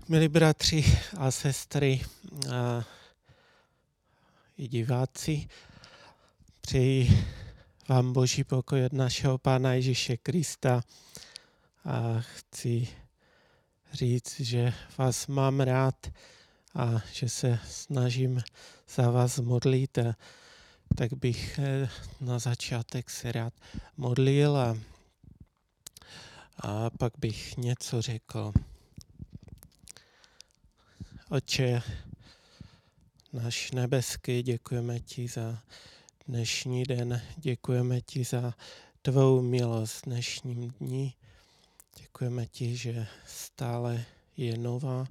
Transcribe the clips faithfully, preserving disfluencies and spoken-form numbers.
Milí bratři a sestry a i diváci, přeji vám Boží pokoj od našeho Pána Ježíše Krista a chci říct, že vás mám rád a že se snažím za vás modlit, a tak bych na začátek se rád modlil a, a pak bych něco řekl. Otče náš nebeský, děkujeme ti za dnešní den, děkujeme ti za tvou milost v dnešním dni. Děkujeme ti, že stále je nová.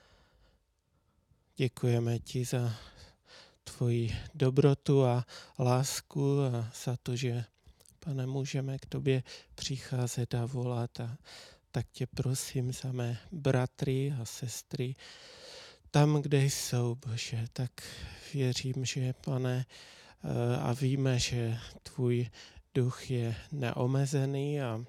Děkujeme ti za tvoji dobrotu a lásku a za to, že, Pane, můžeme k tobě přicházet a volat. A tak tě prosím za mé bratry a sestry, tam, kde jsou, Bože, tak věřím, že, Pane, a víme, že tvůj duch je neomezený a,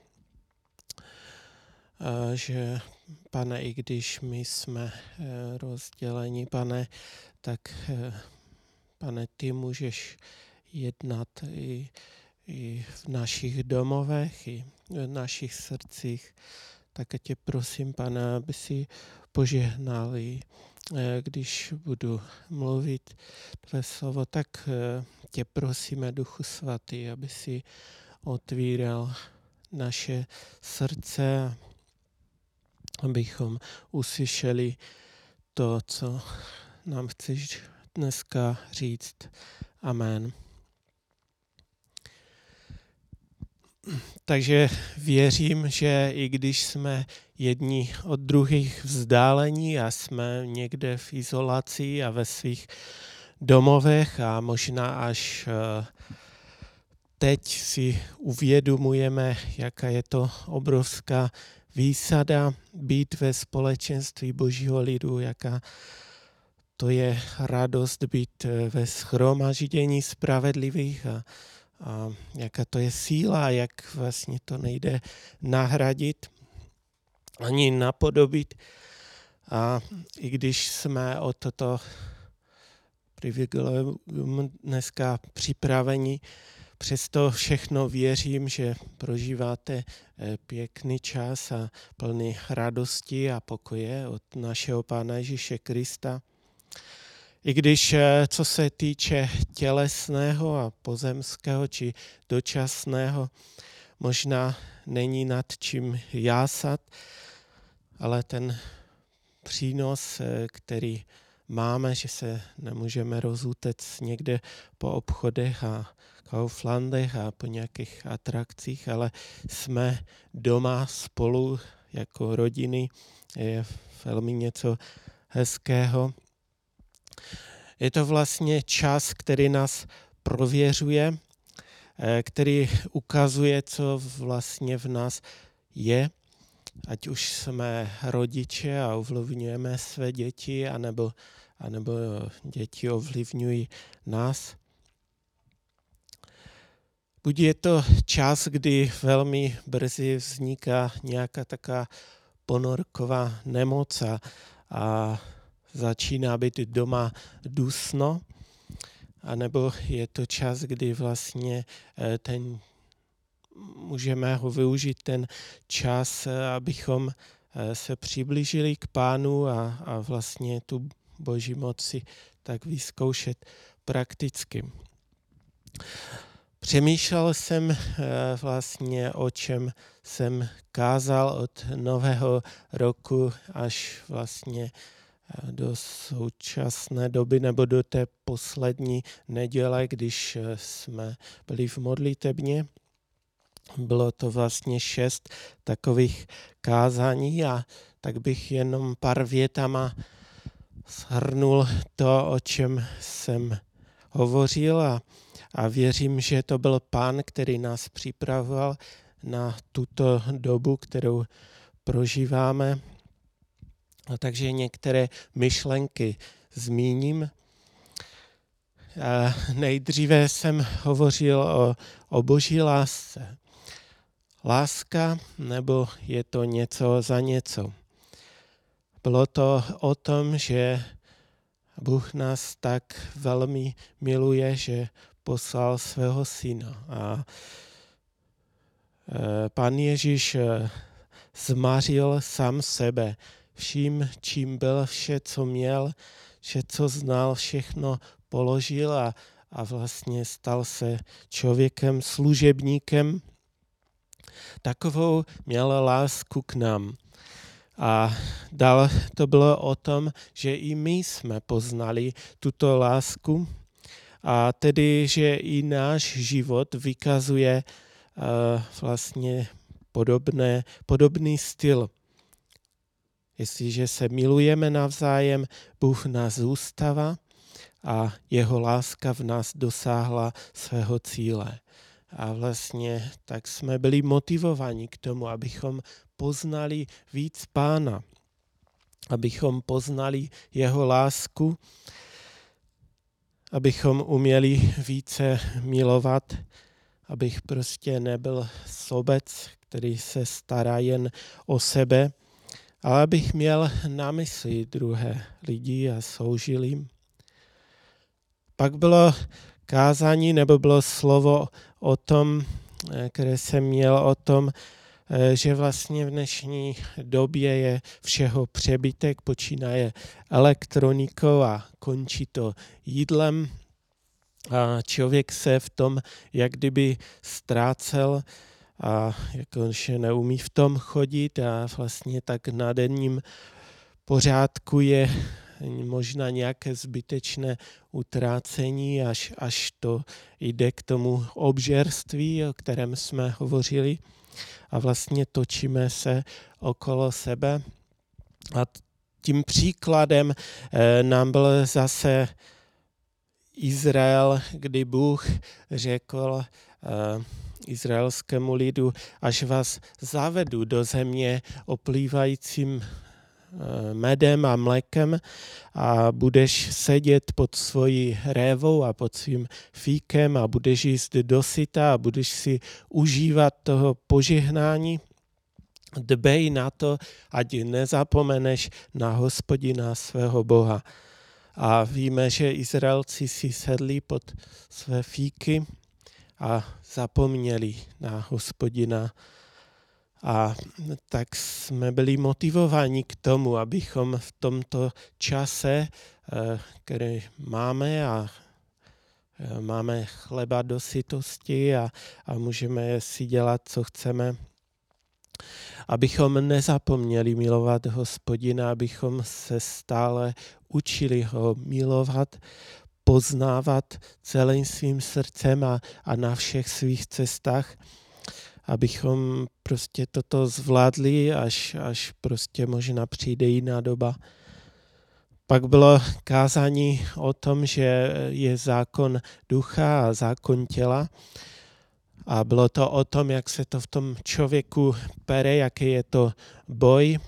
a že, Pane, i když my jsme rozděleni, Pane, tak, Pane, ty můžeš jednat i, i v našich domovech, i v našich srdcích. Tak tě prosím, Pane, aby si požehnal, když budu mluvit tvé slovo, tak tě prosíme, Duchu Svatý, aby si otvíral naše srdce, abychom uslyšeli to, co nám chceš dneska říct. Amen. Takže věřím, že i když jsme jedni od druhých vzdálení a jsme někde v izolaci a ve svých domovech a možná až teď si uvědomujeme, jaká je to obrovská výsada být ve společenství Božího lidu, jaká to je radost být ve shromaždění spravedlivých a A jaká to je síla, jak vlastně to nejde nahradit ani napodobit. A i když jsme o toto privilegium dneska připraveni, přesto všechno věřím, že prožíváte pěkný čas a plný radosti a pokoje od našeho Pána Ježíše Krista. I když, co se týče tělesného a pozemského či dočasného, možná není nad čím jásat, ale ten přínos, který máme, že se nemůžeme rozutéct někde po obchodech a Kauflandech a po nějakých atrakcích, ale jsme doma spolu jako rodiny, je velmi něco hezkého. Je to vlastně čas, který nás prověřuje, který ukazuje, co vlastně v nás je, ať už jsme rodiče a ovlivňujeme své děti, anebo, anebo děti ovlivňují nás. Buď je to čas, kdy velmi brzy vzniká nějaká taková ponorková nemoc a, a začíná být doma dusno, anebo je to čas, kdy vlastně ten, můžeme ho využít ten čas, abychom se přiblížili k Pánu a, a vlastně tu Boží moci tak vyzkoušet prakticky. Přemýšlel jsem vlastně, o čem jsem kázal od nového roku až vlastně do současné doby nebo do té poslední neděle, když jsme byli v modlitebně. Bylo to vlastně šest takových kázání a tak bych jenom pár větama shrnul to, o čem jsem hovořil a, a věřím, že to byl Pán, který nás připravoval na tuto dobu, kterou prožíváme. A takže některé myšlenky zmíním. A nejdříve jsem hovořil o, o Boží lásce. Láska, nebo je to něco za něco? Bylo to o tom, že Bůh nás tak velmi miluje, že poslal svého syna. A Pán Ježíš zmařil sám sebe vším, čím byl, vše, co měl, vše, co znal, všechno položil a, a vlastně stal se člověkem, služebníkem. Takovou měl lásku k nám. A dál to bylo o tom, že i my jsme poznali tuto lásku a tedy, že i náš život vykazuje uh, vlastně podobné, podobný styl. Jestliže se milujeme navzájem, Bůh nás zůstává a jeho láska v nás dosáhla svého cíle. A vlastně tak jsme byli motivováni k tomu, abychom poznali víc Pána, abychom poznali jeho lásku, abychom uměli více milovat, abych prostě nebyl sobec, který se stará jen o sebe, ale abych měl na mysli druhé lidi a soužil jim. Pak bylo kázání nebo bylo slovo o tom, které jsem měl o tom, že vlastně v dnešní době je všeho přebytek, počínaje elektronikou a končí to jídlem. A člověk se v tom jak kdyby ztrácel a jakože neumí v tom chodit a vlastně tak na denním pořádku je možná nějaké zbytečné utrácení, až, až to jde k tomu obžerství, o kterém jsme hovořili. A vlastně točíme se okolo sebe. A tím příkladem eh, nám byl zase Izrael, kdy Bůh řekl eh, izraelskému lidu, až vás zavedu do země oplývajícím medem a mlékem a budeš sedět pod svojí révou a pod svým fíkem a budeš jíst dosyta a budeš si užívat toho požehnání. Dbej na to, ať nezapomeneš na Hospodina svého Boha. A víme, že Izraelci si sedli pod své fíky a zapomněli na Hospodina. A tak jsme byli motivováni k tomu, abychom v tomto čase, který máme a máme chleba do sytosti a, a můžeme si dělat, co chceme, abychom nezapomněli milovat Hospodina, abychom se stále učili ho milovat, poznávat celým svým srdcem a, a na všech svých cestách, abychom prostě toto zvládli, až, až prostě možná přijde jiná doba. Pak bylo kázání o tom, že je zákon ducha a zákon těla. A bylo to o tom, jak se to v tom člověku pere, jaký je to boj.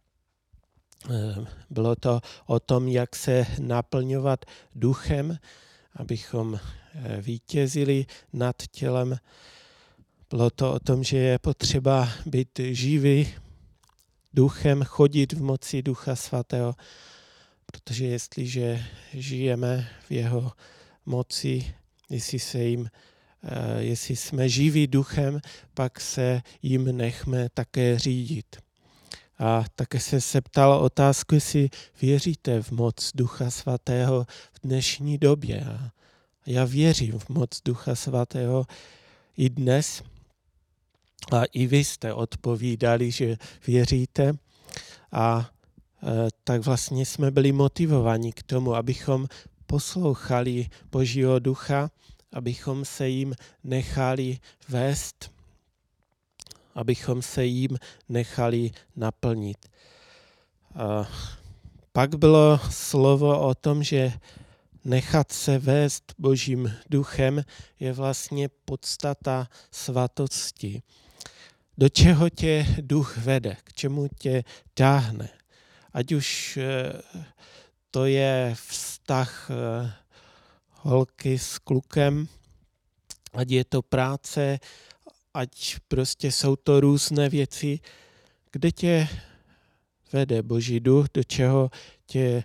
Bylo to o tom, jak se naplňovat duchem, abychom vítězili nad tělem. Bylo to o tom, že je potřeba být živý duchem, chodit v moci Ducha Svatého, protože jestliže žijeme v jeho moci, jestli se jim, jestli jsme živí duchem, pak se jim nechme také řídit. A také se se ptal otázku, jestli věříte v moc Ducha Svatého v dnešní době. A já věřím v moc Ducha Svatého i dnes. A i vy jste odpovídali, že věříte. A e, tak vlastně jsme byli motivováni k tomu, abychom poslouchali Božího ducha, abychom se jim nechali vést, abychom se jim nechali naplnit. A pak bylo slovo o tom, že nechat se vést Božím duchem je vlastně podstata svatosti. Do čeho tě duch vede, k čemu tě táhne. Ať už to je vztah holky s klukem, ať je to práce, ať prostě jsou to různé věci, kde tě vede Boží duch, do čeho tě,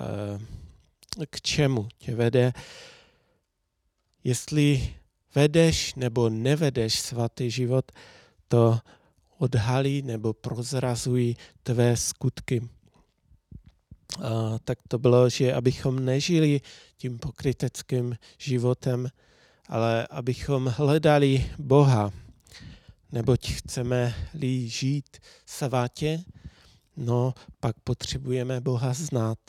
k čemu tě vede. Jestli vedeš nebo nevedeš svatý život, to odhalí nebo prozrazují tvé skutky. A tak to bylo, že abychom nežili tím pokryteckým životem, ale abychom hledali Boha, neboť chceme-li žít svatě, no pak potřebujeme Boha znát.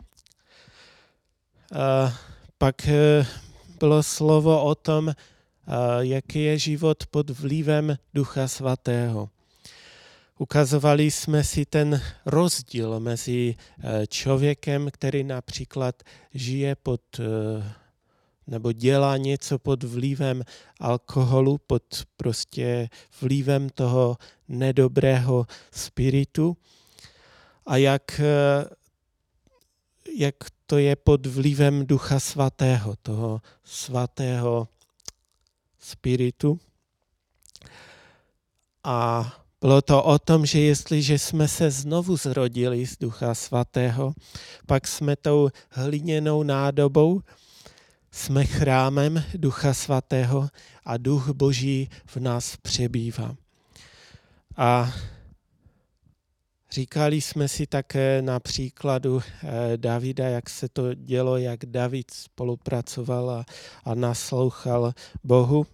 A pak bylo slovo o tom, jaký je život pod vlivem Ducha Svatého. Ukazovali jsme si ten rozdíl mezi člověkem, který například žije pod, nebo dělá něco pod vlivem alkoholu, pod prostě vlivem toho nedobrého spiritu a jak, jak to je pod vlivem Ducha Svatého, toho svatého spiritu. A bylo to o tom, že jestliže jsme se znovu zrodili z Ducha Svatého, pak jsme tou hliněnou nádobou, jsme chrámem Ducha Svatého a Duch Boží v nás přebývá. A říkali jsme si také na příkladu Davida, jak se to dělo, jak David spolupracoval a, a naslouchal Bohu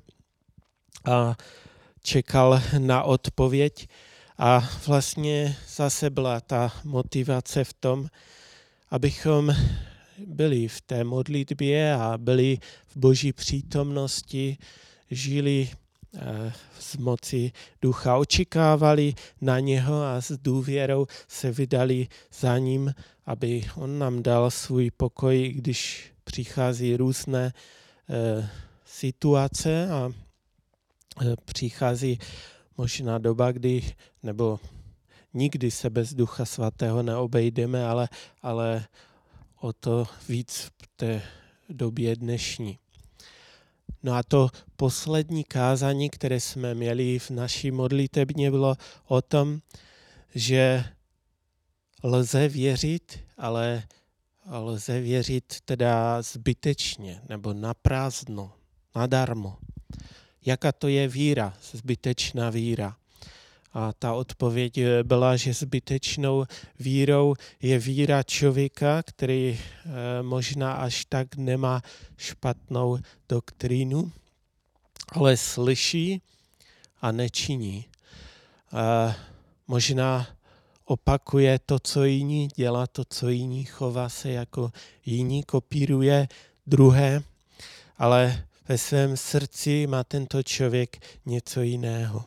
a čekal na odpověď. A vlastně zase byla ta motivace v tom, abychom byli v té modlitbě a byli v Boží přítomnosti, žili z moci ducha, očekávali na něho a s důvěrou se vydali za ním, aby on nám dal svůj pokoj, když přichází různé e, situace a e, přichází možná doba, kdy, nebo nikdy se bez Ducha Svatého neobejdeme, ale, ale o to víc v té době dnešní. No a to poslední kázání, které jsme měli v naší modlitebně, bylo o tom, že lze věřit, ale lze věřit teda zbytečně nebo naprázdno, nadarmo. Jaká to je víra, zbytečná víra? A ta odpověď byla, že zbytečnou vírou je víra člověka, který e, možná až tak nemá špatnou doktrínu, ale slyší a nečiní. E, možná opakuje to, co jiní, dělá to, co jiní, chová se jako jiní, kopíruje druhé, ale ve svém srdci má tento člověk něco jiného.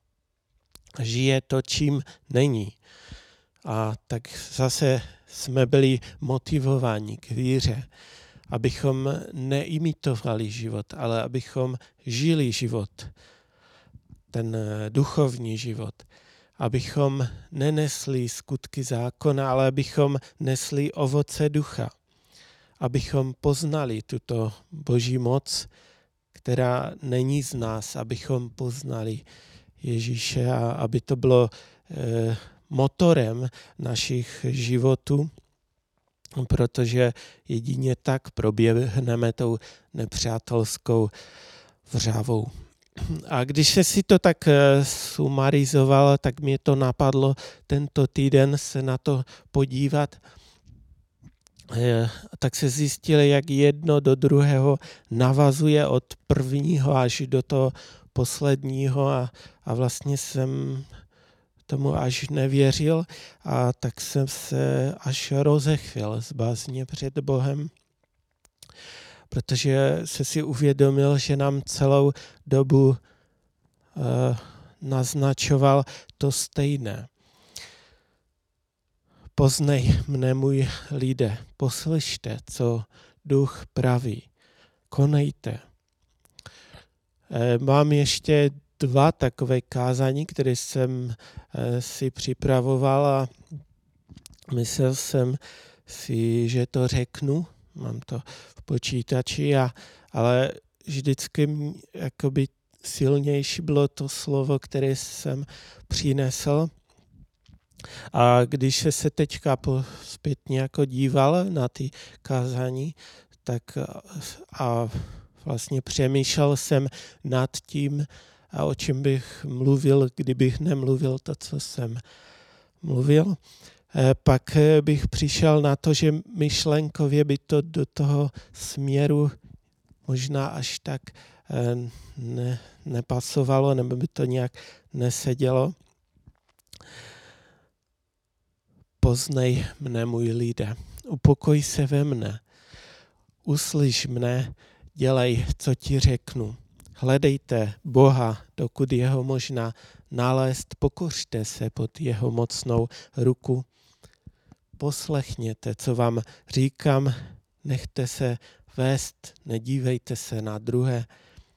Žije to, čím není. A tak zase jsme byli motivováni k víře, abychom neimitovali život, ale abychom žili život, ten duchovní život. Abychom nenesli skutky zákona, ale abychom nesli ovoce ducha. Abychom poznali tuto Boží moc, která není z nás, abychom poznali Ježíše a aby to bylo e, motorem našich životů, protože jedině tak proběhneme tou nepřátelskou vřavou. A když se si to tak sumarizovalo, tak mě to napadlo tento týden se na to podívat, e, tak se zjistilo, jak jedno do druhého navazuje od prvního až do toho posledního a, a vlastně jsem tomu až nevěřil a tak jsem se až rozechvěl z bázně před Bohem, protože se si uvědomil, že nám celou dobu uh, naznačoval to stejné. Poznej mne, můj lidé, poslyšte, co duch praví, konejte. Mám ještě dva takové kázání, které jsem si připravoval a myslel jsem si, že to řeknu. Mám to v počítači, a, ale vždycky jakoby silnější bylo to slovo, které jsem přinesl. A když se teďka zpětně jako díval na ty kázání, tak a vlastně přemýšlel jsem nad tím, a o čem bych mluvil, kdybych nemluvil to, co jsem mluvil. Pak bych přišel na to, že myšlenkově by to do toho směru možná až tak ne, nepasovalo, nebo by to nějak nesedělo. Poznej mne, můj lidé, upokoj se ve mne, uslyš mne, dělej, co ti řeknu. Hledejte Boha, dokud jeho možná nalézt, pokořte se pod jeho mocnou ruku. Poslechněte, co vám říkám, nechte se vést, nedívejte se na druhé.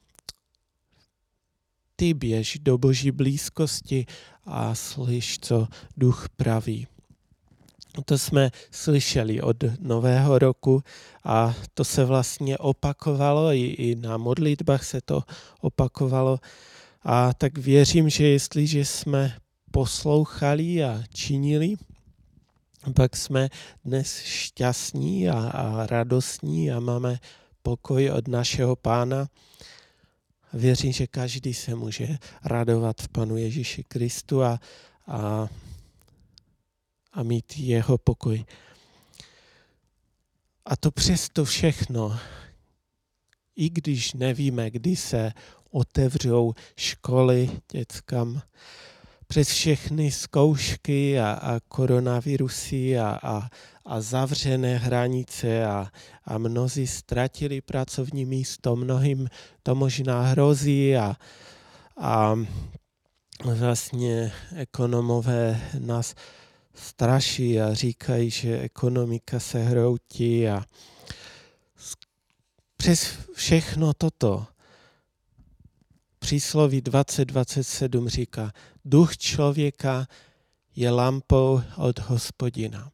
Ty běž do Boží blízkosti a slyš, co duch praví. To jsme slyšeli od Nového roku a to se vlastně opakovalo, i, i na modlitbách se to opakovalo. A tak věřím, že jestliže jsme poslouchali a činili, pak jsme dnes šťastní a, a radostní a máme pokoj od našeho Pána. Věřím, že každý se může radovat v Panu Ježíši Kristu a, a a mít jeho pokoj. A to přesto všechno, i když nevíme, kdy se otevřou školy dětskám, přes všechny zkoušky a, a koronavirusy a, a, a zavřené hranice a, a mnozí ztratili pracovní místo, mnohým to možná hrozí a, a vlastně ekonomové nás straší a říkají, že ekonomika se hroutí a přes všechno toto přísloví dvacet dvacet sedm říká, duch člověka je lampou od Hospodina.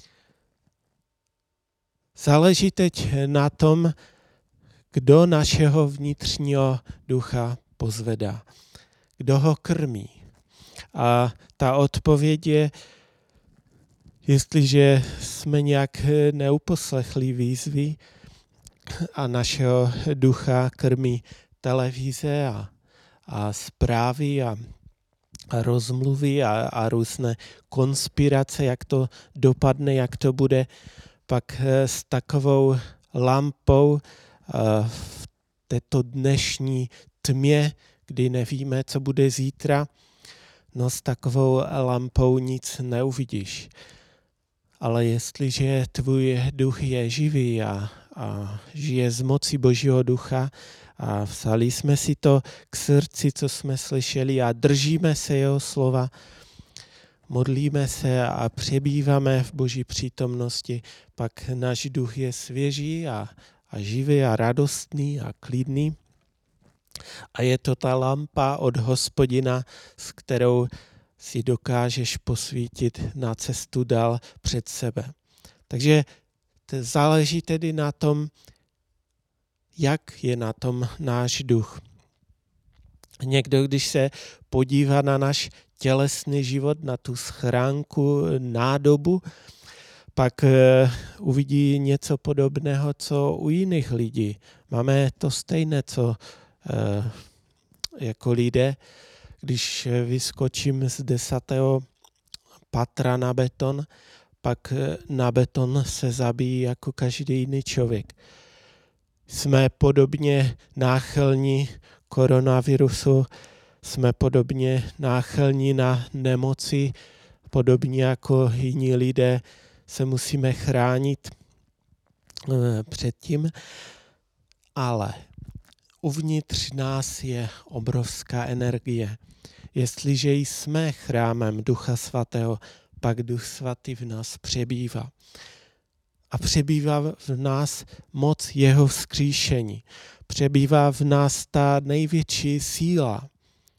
Záleží teď na tom, kdo našeho vnitřního ducha pozvedá, kdo ho krmí. A ta odpověď je, jestliže jsme nějak neuposlechli výzvy a našeho ducha krmí televize a, a zprávy a, a rozmluvy a, a různé konspirace, jak to dopadne, jak to bude, pak s takovou lampou v této dnešní tmě, kdy nevíme, co bude zítra, no s takovou lampou nic neuvidíš. Ale jestliže tvůj duch je živý a, a žije z moci Božího ducha a vzali jsme si to k srdci, co jsme slyšeli a držíme se jeho slova, modlíme se a přebýváme v Boží přítomnosti, pak náš duch je svěží a, a živý a radostný a klidný. A je to ta lampa od Hospodina, s kterou si dokážeš posvítit na cestu dál před sebe. Takže záleží tedy na tom, jak je na tom náš duch. Někdo, když se podívá na náš tělesný život, na tu schránku, nádobu, pak uvidí něco podobného, co u jiných lidí. Máme to stejné, co jako lidé. Když vyskočím z desátého patra na beton, pak na beton se zabíjí jako každý jiný člověk. Jsme podobně náchylní koronavirusu, jsme podobně náchylní na nemoci, podobně jako jiní lidé se musíme chránit před tím, ale uvnitř nás je obrovská energie. Jestliže jsme chrámem Ducha Svatého, pak Duch Svatý v nás přebývá. A přebývá v nás moc jeho vzkříšení. Přebývá v nás ta největší síla.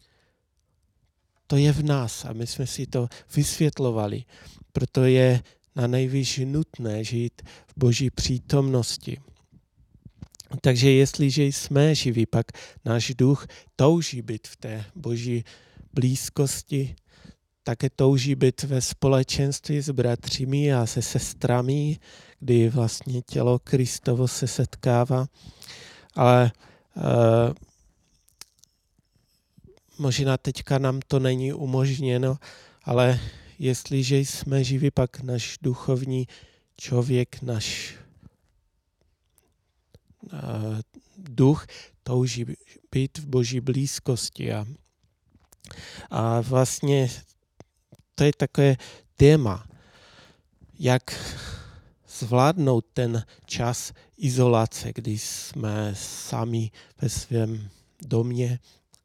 To je v nás a my jsme si to vysvětlovali. Proto je na nejvyšší nutné žít v Boží přítomnosti. Takže jestliže jsme živí, pak náš duch touží být v té Boží blízkosti, také touží být ve společenství s bratřími a se sestrami, kdy vlastně tělo Kristovo se setkává. Ale uh, možná teďka nám to není umožněno, ale jestliže jsme živí, pak náš duchovní člověk, náš uh, duch touží být v Boží blízkosti. A, a vlastně to je takové téma, jak zvládnout ten čas izolace, kdy jsme sami ve svém domě.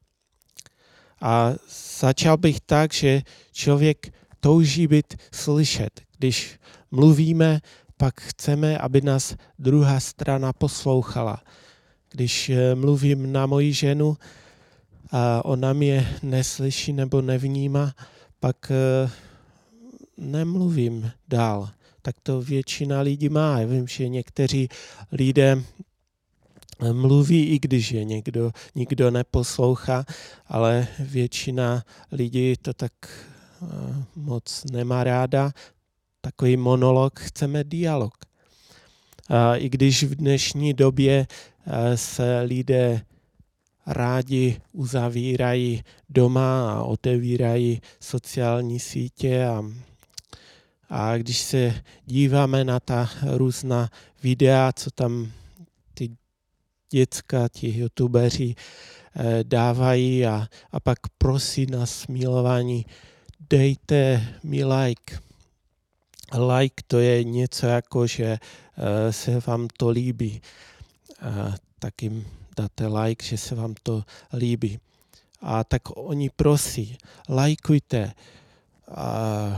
A začal bych tak, že člověk touží být slyšet. Když mluvíme, pak chceme, aby nás druhá strana poslouchala. Když mluvím na moji ženu a ona mě neslyší nebo nevnímá, pak nemluvím dál. Tak to většina lidí má. Já vím, že někteří lidé mluví, i když je někdo, nikdo neposlouchá, ale většina lidí to tak moc nemá ráda. Takový monolog, chceme dialog. A i když v dnešní době se lidé rádi uzavírají doma a otevírají sociální sítě a, a když se díváme na ta různá videa, co tam ty děcka, ti youtubeři eh, dávají a, a pak prosí nás milovaní, dejte mi like. Like to je něco jako, že eh, se vám to líbí. Eh, tak jim dáte like, že se vám to líbí. A tak oni prosí, lajkujte. A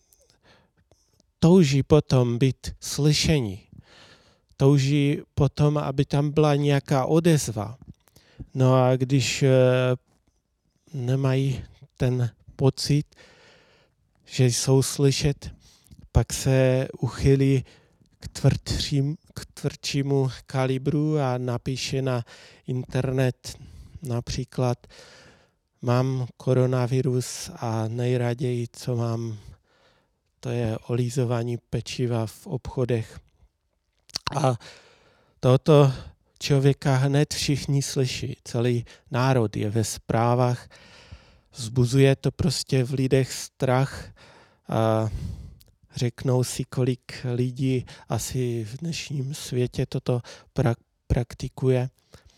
touží potom být slyšení. Touží potom, aby tam byla nějaká odezva. No a když e, nemají ten pocit, že jsou slyšet, pak se uchylí k, tvrdším, k tvrdšímu kalibru a napíše na internet například mám koronavirus a nejraději, co mám, to je olízování pečiva v obchodech. A tohoto člověka hned všichni slyší. Celý národ je ve zprávách. Vzbuzuje to prostě v lidech strach. A řeknou si, kolik lidí asi v dnešním světě toto pra- praktikuje.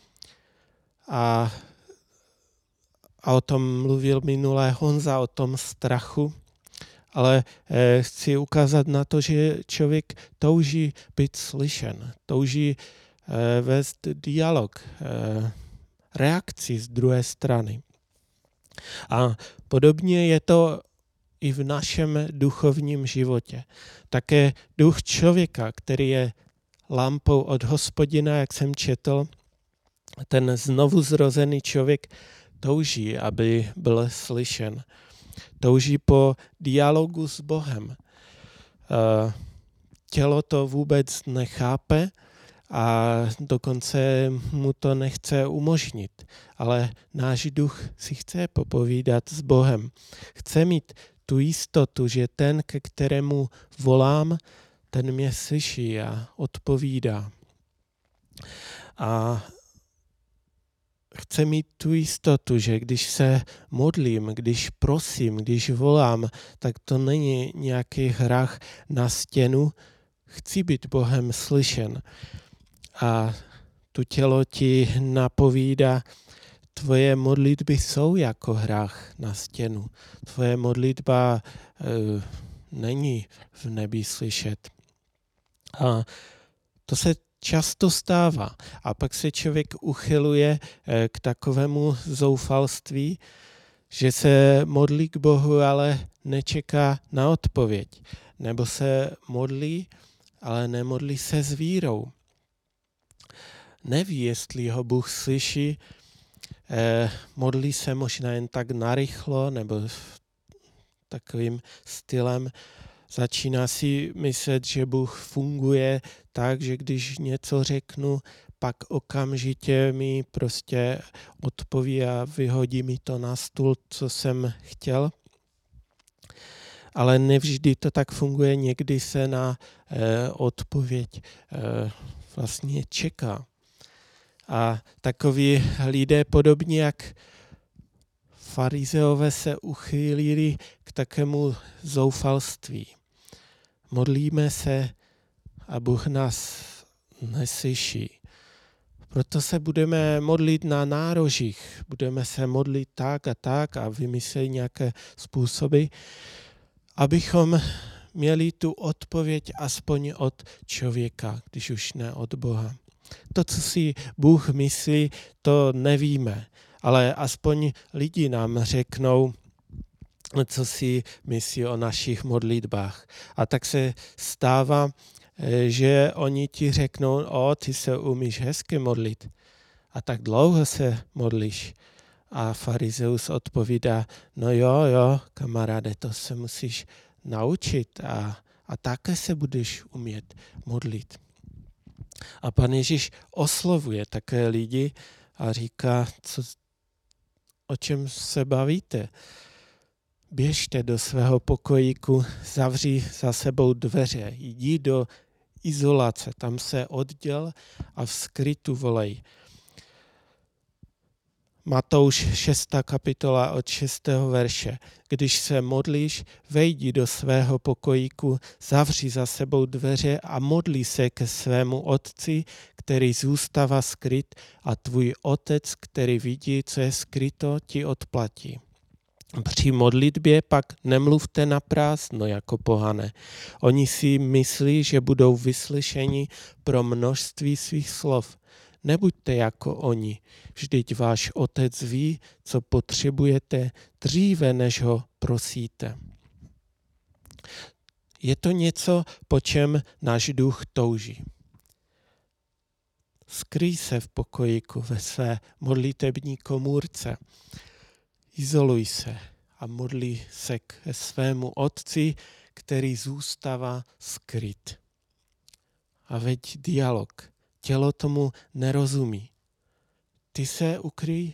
A, a o tom mluvil minulé Honza, o tom strachu. Ale eh, chci ukázat na to, že člověk touží být slyšen, touží eh, vést dialog, eh, reakci z druhé strany. A podobně je to i v našem duchovním životě. Také duch člověka, který je lampou od Hospodina, jak jsem četl, ten znovu zrozený člověk touží, aby byl slyšen. Touží po dialogu s Bohem. Tělo to vůbec nechápe a dokonce mu to nechce umožnit. Ale náš duch si chce popovídat s Bohem. Chce mít tu jistotu, že ten, ke kterému volám, ten mě slyší a odpovídá. A chce mít tu jistotu, že když se modlím, když prosím, když volám, tak to není nějaký hrách na stěnu. Chci být Bohem slyšen. A tu tělo ti napovídá, tvoje modlitby jsou jako hrách na stěnu. Tvoje modlitba e, není v nebi slyšet. A to se často stává. A pak se člověk uchyluje k takovému zoufalství, že se modlí k Bohu, ale nečeká na odpověď. Nebo se modlí, ale nemodlí se s vírou. Neví, jestli ho Bůh slyší, eh, modlí se možná jen tak narychlo, nebo takovým stylem. Začíná si myslet, že Bůh funguje tak, že když něco řeknu, pak okamžitě mi prostě odpoví a vyhodí mi to na stůl, co jsem chtěl. ale nevždy to tak funguje, někdy se na eh, odpověď eh, vlastně čeká. A takoví lidé, podobně jak farizeové, se uchýlili k takému zoufalství. Modlíme se a Bůh nás neslyší. Proto se budeme modlit na nárožích, budeme se modlit tak a tak a vymyslet nějaké způsoby, abychom měli tu odpověď aspoň od člověka, když už ne od Boha. To, co si Bůh myslí, to nevíme, ale aspoň lidi nám řeknou, co si myslí o našich modlitbách. A tak se stává, že oni ti řeknou, o, ty se umíš hezky modlit a tak dlouho se modlíš. A farizeus odpovídá, no jo, jo, kamaráde, to se musíš naučit a, a také se budeš umět modlit. A Pan Ježíš oslovuje také lidi a říká, co, o čem se bavíte. Běžte do svého pokojíku, zavři za sebou dveře, jdi do izolace, tam se odděl a v skrytu volej. Matouš šestá kapitola od šestého verše. Když se modlíš, vejdi do svého pokojíku, zavři za sebou dveře a modli se ke svému otci, který zůstává skryt, a tvůj otec, který vidí, co je skryto, ti odplatí. Při modlitbě pak nemluvte na prázdno jako pohané. Oni si myslí, že budou vyslyšeni pro množství svých slov. Nebuďte jako oni. Vždyť váš otec ví, co potřebujete dříve, než ho prosíte. Je to něco, po čem náš duch touží. Skryj se v pokojíku ve své modlitební komůrce. Izoluj se a modli se k svému otci, který zůstává skryt. A veď dialog. Tělo tomu nerozumí. Ty se ukryj,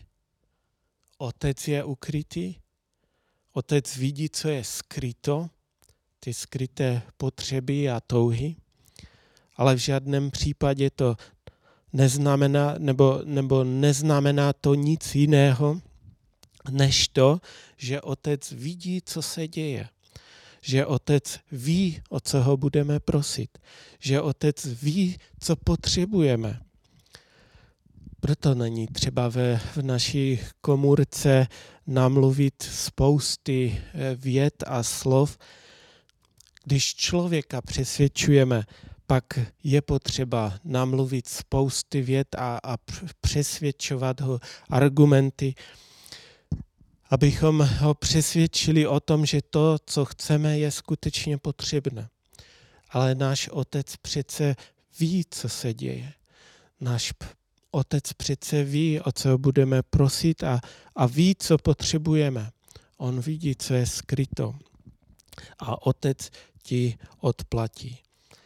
otec je ukrytý, otec vidí, co je skryto, ty skryté potřeby a touhy, ale v žádném případě to neznamená, nebo, nebo neznamená to nic jiného, než to, že otec vidí, co se děje. Že otec ví, o co ho budeme prosit. Že otec ví, co potřebujeme. Proto není třeba ve, v naší komůrce namluvit spousty vět a slov. Když člověka přesvědčujeme, pak je potřeba namluvit spousty vět a, a přesvědčovat ho argumenty, abychom ho přesvědčili o tom, že to, co chceme, je skutečně potřebné. Ale náš otec přece ví, co se děje. Náš otec přece ví, o co budeme prosit a, a ví, co potřebujeme. On vidí, co je skryto. A otec ti odplatí.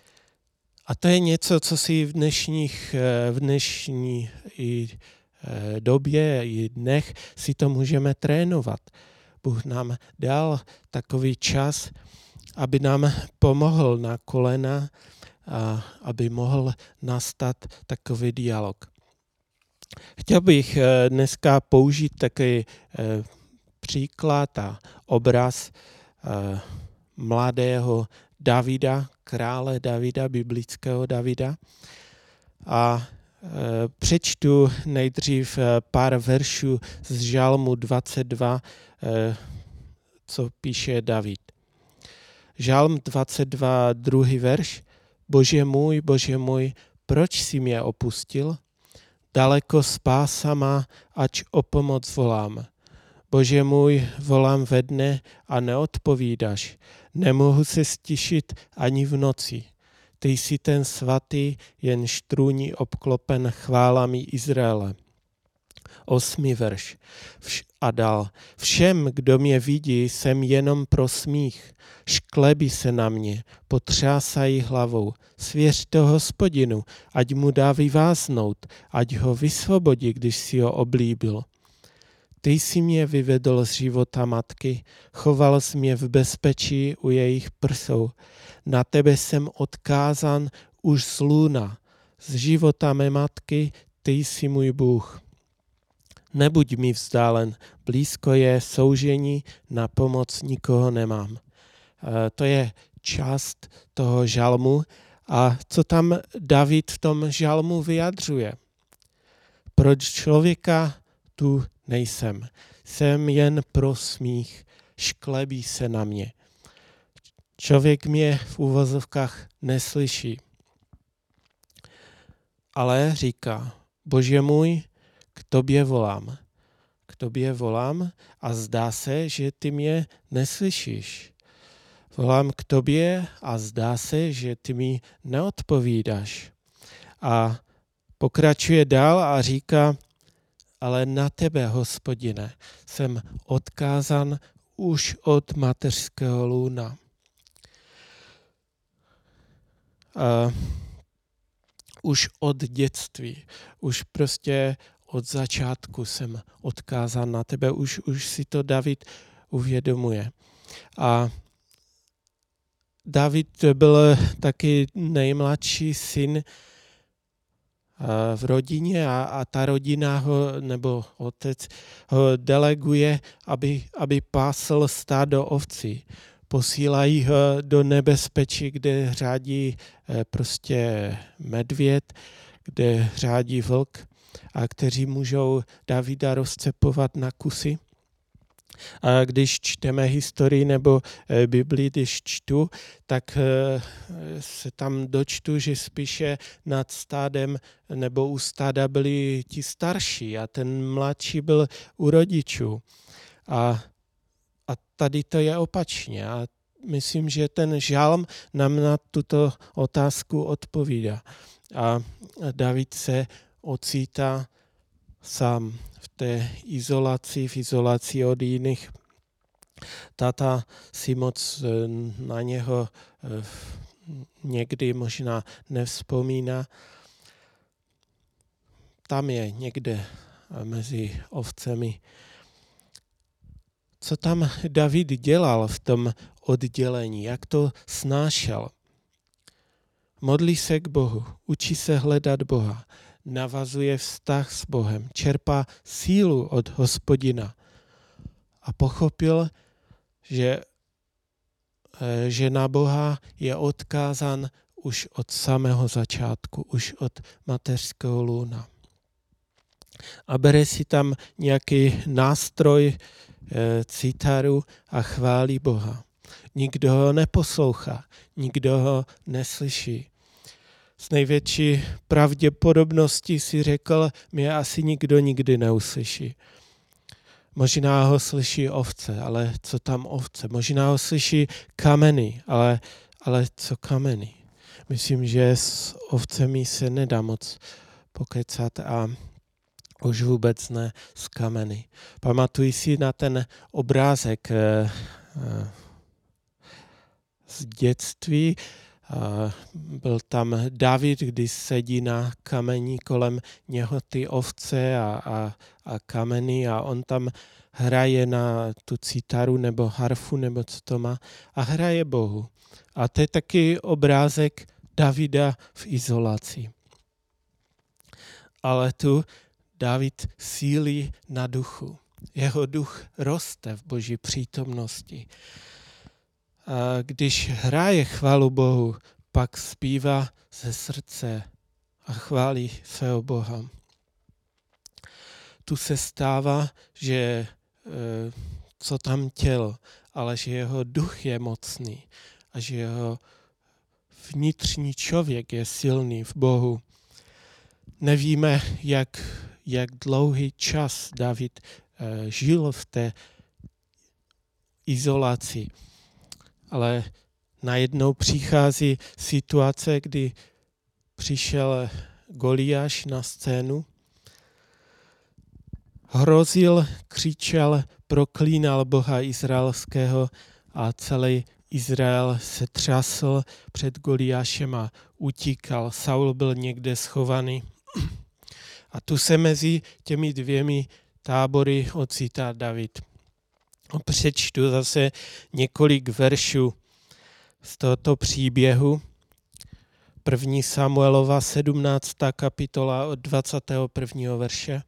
A to je něco, co si v dnešních, v dnešní i době i dnech si to můžeme trénovat. Bůh nám dal takový čas, aby nám pomohl na kolena, a aby mohl nastat takový dialog. Chtěl bych dneska použít takový příklad a obraz mladého Davida, krále Davida, biblického Davida. A přečtu nejdřív pár veršů z Žalmu dvacet dva, co píše David. Žalm dvacet dva, druhý verš. Bože můj, Bože můj, proč jsi mě opustil? Daleko spása má, ač o pomoc volám. Bože můj, volám ve dne a neodpovídáš. Nemohu se stišit ani v noci. Ty jsi ten svatý, jenž trůní obklopen chválami Izraele. Osmý verš. Vš- a dal. Všem, kdo mě vidí, jsem jenom pro smích. Šklebí se na mě, potřásají hlavou. Svěř to Hospodinu, ať mu dá vyváznout, ať ho vysvobodí, když si ho oblíbil. Ty jsi mě vyvedl z života matky, choval jsi mě v bezpečí u jejich prsou. Na tebe jsem odkázan už z lůna, z života mé matky, ty jsi můj Bůh. Nebuď mi vzdálen, blízko je soužení, na pomoc nikoho nemám. E, to je část toho žalmu. A co tam David v tom žalmu vyjadřuje? Proč člověka tu nejsem? Jsem jen pro smích, šklebí se na mě. Člověk mě v uvozovkách neslyší. Ale říká, Bože můj, k tobě volám. K tobě volám a zdá se, že ty mě neslyšíš. Volám k tobě a zdá se, že ty mi neodpovídáš. A pokračuje dál a říká, ale na tebe, Hospodine, jsem odkázan už od mateřského lůna. A už od dětství, už prostě od začátku jsem odkázán na tebe, už, už si to David uvědomuje. A David byl taky nejmladší syn v rodině a, a ta rodina ho, nebo otec ho deleguje, aby, aby pásl stádo ovcí. Posílají ho do nebezpečí, kde řádí prostě medvěd, kde řádí vlk a kteří můžou Davida rozcepovat na kusy. A když čteme historii nebo Biblii, když čtu, tak se tam dočtu, že spíše nad stádem nebo u stáda byli ti starší a ten mladší byl u rodičů. A, a tady to je opačně. A myslím, že ten žalm nám na tuto otázku odpovídá. A David se ocítá sám v té izolaci, v izolaci od jiných. Táta si moc na něho někdy možná nevzpomíná. Tam je někde mezi ovcemi. Co tam David dělal v tom oddělení, jak to snášel? Modlí se k Bohu, učí se hledat Boha, navazuje vztah s Bohem, čerpá sílu od Hospodina a pochopil, že, že na Boha je odkázán už od samého začátku, už od mateřského lůna. A bere si tam nějaký nástroj, citaru a chválí Boha. Nikdo ho neposlouchá, nikdo ho neslyší. S největší pravděpodobností si řekl, mě asi nikdo nikdy neuslyší. Možná ho slyší ovce, ale co tam ovce? Možná ho slyší kameny, ale, ale co kameny? Myslím, že s ovcemi se nedá moc pokecat a už vůbec ne s kameny. Pamatuji si na ten obrázek eh, eh, z dětství. Uh, byl tam David, když sedí na kamení, kolem něho ty ovce a, a, a kameny a on tam hraje na tu citaru nebo harfu, nebo co to má, a hraje Bohu. A to je taky obrázek Davida v izolaci. Ale tu David sílí na duchu. Jeho duch roste v Boží přítomnosti. A když hraje chválu Bohu, pak zpívá ze srdce a chválí svého Boha. Tu se stává, že co tam tělo, ale že jeho duch je mocný a že jeho vnitřní člověk je silný v Bohu. Nevíme, jak, jak dlouhý čas David žil v té izolaci. Ale najednou přichází situace, kdy přišel Goliáš na scénu, hrozil, křičel, proklínal Boha izraelského a celý Izrael se třasl před Goliášem a utíkal. Saul byl někde schovaný. A tu se mezi těmi dvěmi tábory ocitá David. Přečtu zase několik veršů z tohoto příběhu. První Samuelova sedmnáctá kapitola od dvacátého prvního verše.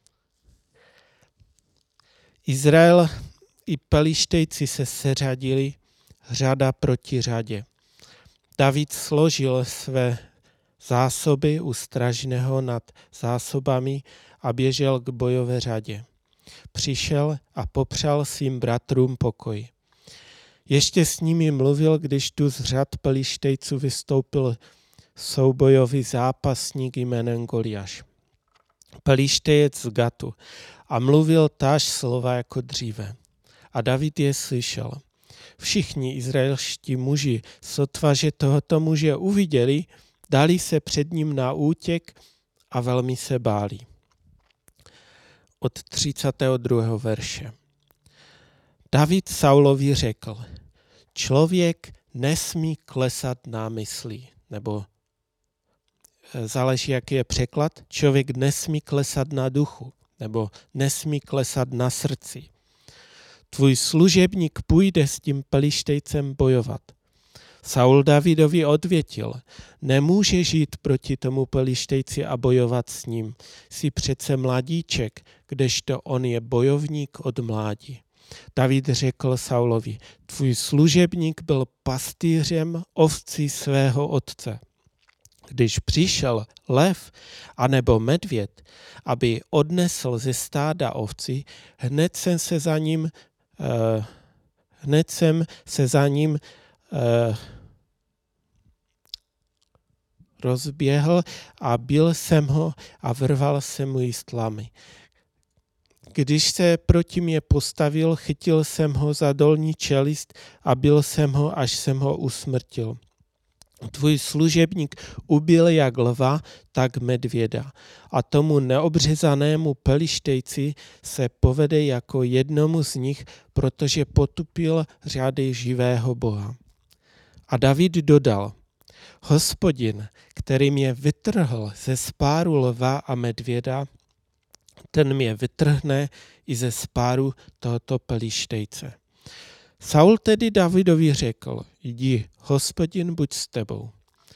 Izrael i Pelištejci se seřadili řada proti řadě. David složil své zásoby u Stražného nad zásobami a běžel k bojové řadě. Přišel a popřál svým bratrům pokoj. Ještě s nimi mluvil, když tu z řad Pelištejců vystoupil soubojový zápasník jménem Goliáš, Pelištejec z Gatu, a mluvil táž slova jako dříve. A David je slyšel. Všichni izraelští muži, sotva, že tohoto muže uviděli, dali se před ním na útěk a velmi se báli. Od třicátého druhého verše. David Saulovi řekl, člověk nesmí klesat námyslí, nebo záleží, jaký je překlad, člověk nesmí klesat na duchu, nebo nesmí klesat na srdci. Tvůj služebník půjde s tím Pelištejcem bojovat. Saul Davidovi odvětil, nemůže žít proti tomu Pelištejci a bojovat s ním. Jsi přece mladíček, kdežto on je bojovník od mládí. David řekl Saulovi, tvůj služebník byl pastýřem ovcí svého otce. Když přišel lev anebo medvěd, aby odnesl ze stáda ovci, hned jsem se za ním, uh, hned jsem se za ním uh, rozběhl a bil jsem ho a vrval jsem mu jístlami. Když se proti mě postavil, chytil jsem ho za dolní čelist a bil jsem ho, až jsem ho usmrtil. Tvůj služebník ubil jak lva, tak medvěda a tomu neobřezanému Pelištejci se povede jako jednomu z nich, protože potupil řády živého Boha. A David dodal, Hospodin, který mě vytrhl ze spáru lva a medvěda, ten mě vytrhne i ze spáru tohoto Pelištejce. Saul tedy Davidovi řekl, jdi, Hospodin buď s tebou.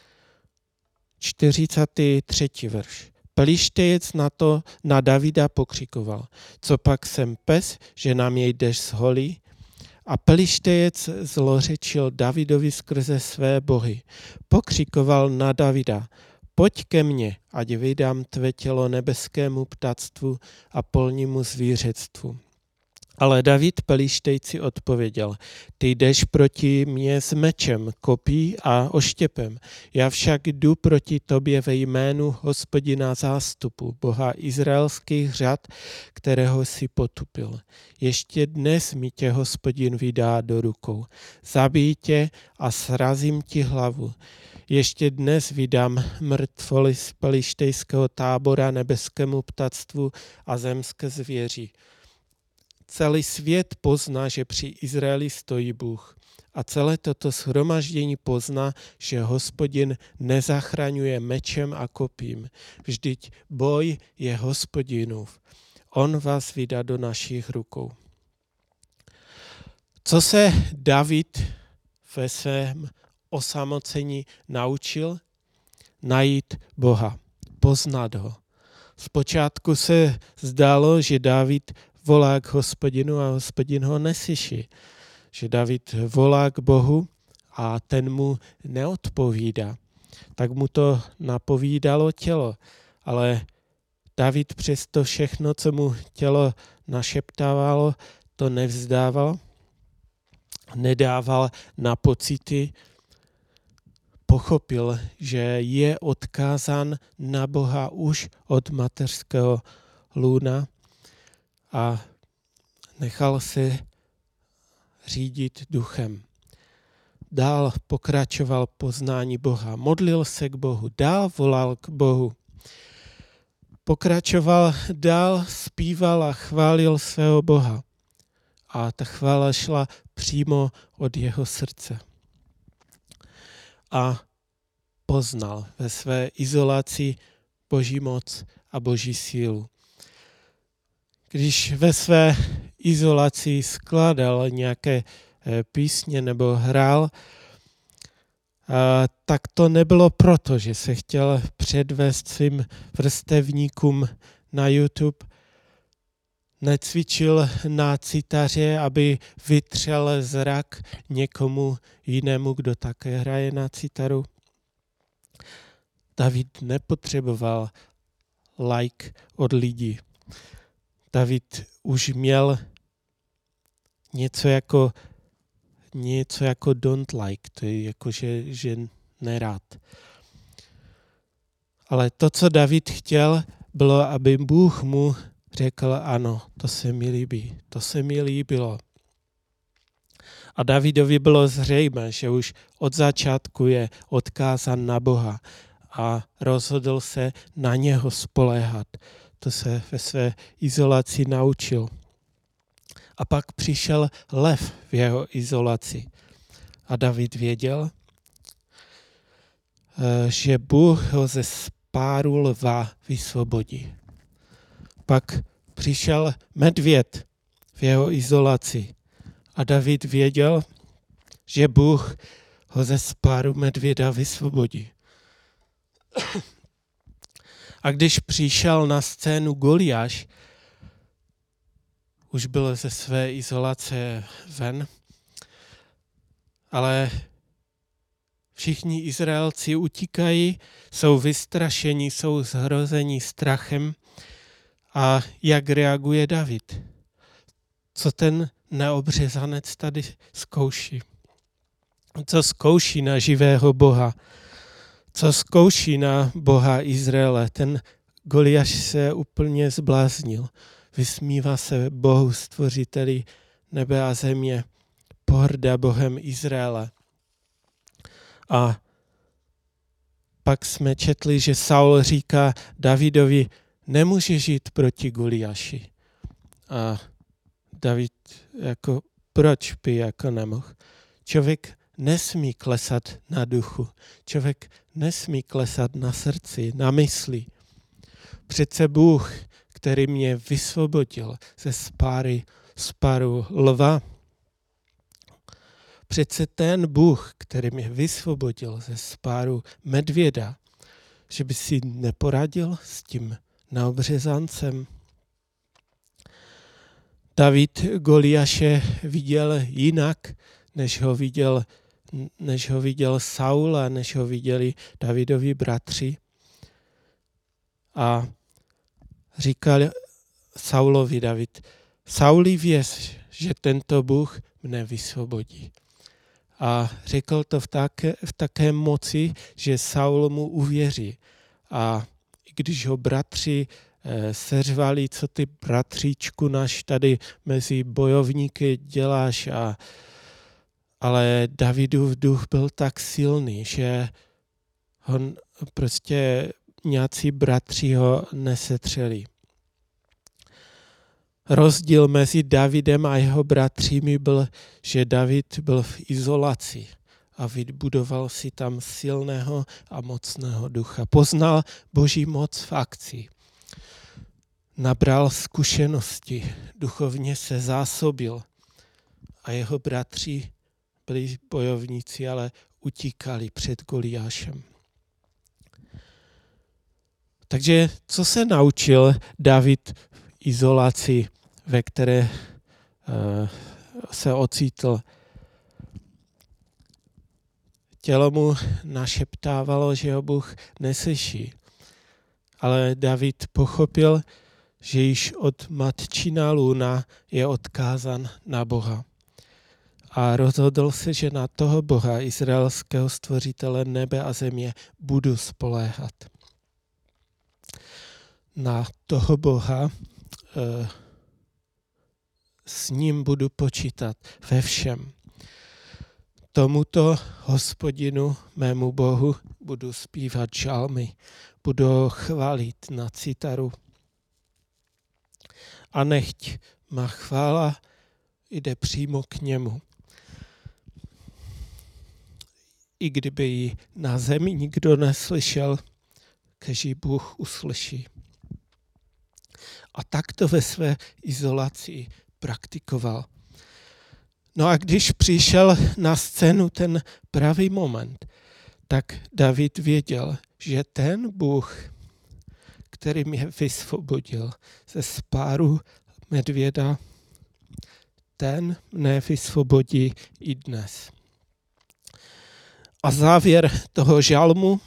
čtyřicátý třetí verš. Pelištejec na to na Davida pokřikoval, co pak jsem pes, že na mě jdeš z holí? A Pelištejec zlořečil Davidovi skrze své bohy. Pokřikoval na Davida, pojď ke mně, ať vydám tvé tělo nebeskému ptactvu a polnímu zvířectvu. Ale David Pelištejci odpověděl, ty jdeš proti mě s mečem, kopí a oštěpem. Já však jdu proti tobě ve jménu Hospodina zástupu, Boha izraelských řad, kterého si potupil. Ještě dnes mi tě Hospodin vydá do rukou. Zabij tě a srazím ti hlavu. Ještě dnes vydám mrtvoly z pelištejského tábora nebeskému ptactvu a zemské zvěři. Celý svět pozná, že při Izraeli stojí Bůh. A celé toto shromaždění pozná, že Hospodin nezachraňuje mečem a kopím. Vždyť boj je Hospodinův. On vás vydá do našich rukou. Co se David ve svém osamocení naučil? Najít Boha, poznat ho. Zpočátku se zdálo, že David volá k Hospodinu a Hospodin ho neslyší. Že David volá k Bohu a ten mu neodpovídá. Tak mu to napovídalo tělo, ale David přesto všechno, co mu tělo našeptávalo, to nevzdával, nedával na pocity, pochopil, že je odkázán na Boha už od mateřského lůna a nechal se řídit duchem. Dál pokračoval poznání Boha, modlil se k Bohu, dál volal k Bohu. Pokračoval dál, zpíval a chválil svého Boha. A ta chvála šla přímo od jeho srdce. A poznal ve své izolaci Boží moc a Boží sílu. když ve své izolaci skládal nějaké písně nebo hrál, tak to nebylo proto, že se chtěl předvést svým vrstevníkům na YouTube. Necvičil na citaře, aby vytřel zrak někomu jinému, kdo také hraje na citaru. David nepotřeboval like od lidí. David už měl něco jako něco jako don't like, to je jako, že, že nerád. Ale to, co David chtěl, bylo, aby Bůh mu řekl, ano, to se mi líbí, to se mi líbilo. A Davidovi bylo zřejmé, že už od začátku je odkázán na Boha a rozhodl se na něho spoléhat. To se ve své izolaci naučil. A pak přišel lev v jeho izolaci. A David věděl, že Bůh ho ze spáru lva vysvobodí. Pak přišel medvěd v jeho izolaci. A David věděl, že Bůh ho ze spáru medvěda vysvobodí. A když přišel na scénu Goliáš, už byl ze své izolace ven, ale všichni Izraelci utíkají, jsou vystrašeni, jsou zhrozeni strachem. A jak reaguje David? Co ten neobřezanec tady zkouší? Co zkouší na živého Boha? Co zkouší na Boha Izraele? Ten Goliáš se úplně zbláznil. Vysmívá se Bohu stvořiteli nebe a země. Pohrdá Bohem Izraele. A pak jsme četli, že Saul říká Davidovi, nemůže žít proti Goliáši. A David jako, proč by jako nemohl? Člověk nesmí klesat na duchu. Člověk nesmí klesat na srdci, na mysli. Přece Bůh, který mě vysvobodil ze spáry, spáru lva, přece ten Bůh, který mě vysvobodil ze spáru medvěda, že by si neporadil s tím neobřezancem. David Goliáše viděl jinak, než ho viděl, než ho viděl Saul a než ho viděli Davidovi bratři. A říkal Saulovi David, Sauli, věř, že tento Bůh mne vysvobodí. A řekl to v také, v také moci, že Saul mu uvěří. A i když ho bratři eh, seřvali, co ty bratříčku náš tady mezi bojovníky děláš, a, ale Davidův duch byl tak silný, že ho prostě nějací bratři ho nesetřeli. Rozdíl mezi Davidem a jeho bratřími byl, že David byl v izolaci a vybudoval si tam silného a mocného ducha. Poznal Boží moc v akci. Nabral zkušenosti, duchovně se zásobil a jeho bratři byli bojovníci, ale utíkali před Goliášem. Takže co se naučil David v izolaci, ve které uh, se ocitl? Tělo mu našeptávalo, že ho Bůh neslyší. Ale David pochopil, že již od matčina lůna je odkázan na Boha. A rozhodl se, že na toho Boha, izraelského stvořitele nebe a země, budu spoléhat. Na toho Boha, s ním budu počítat ve všem. Tomuto Hospodinu, mému Bohu, budu zpívat žalmy, budu ho chválit na citaru. A nechť má chvála jde přímo k němu. I kdyby ji na zemi nikdo neslyšel, kež ji Bůh uslyší. A tak to ve své izolaci praktikoval. No a když přišel na scénu ten pravý moment, tak David věděl, že ten Bůh, který mě vysvobodil ze spáru medvěda, ten mne vysvobodí i dnes. A závěr toho žalmu,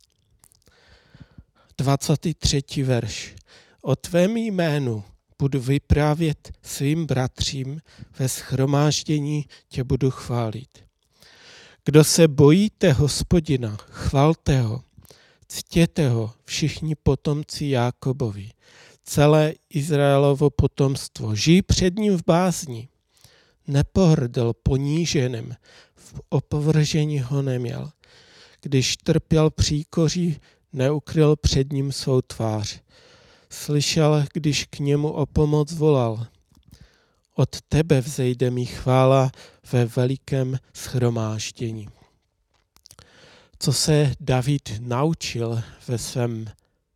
dvacátý třetí verš. O tvém jménu budu vyprávět svým bratřím, ve shromáždění tě budu chválit. Kdo se bojíte Hospodina, chvalte ho, ctěte ho všichni potomci Jákobovi, celé Izraelovo potomstvo, žij před ním v bázni, nepohrdl poníženým, v opovržení ho neměl. Když trpěl příkoří, neukryl před ním svou tvář. Slyšel, když k němu o pomoc volal. Od tebe vzejde mi chvála ve velikém shromáždění. Co se David naučil ve svém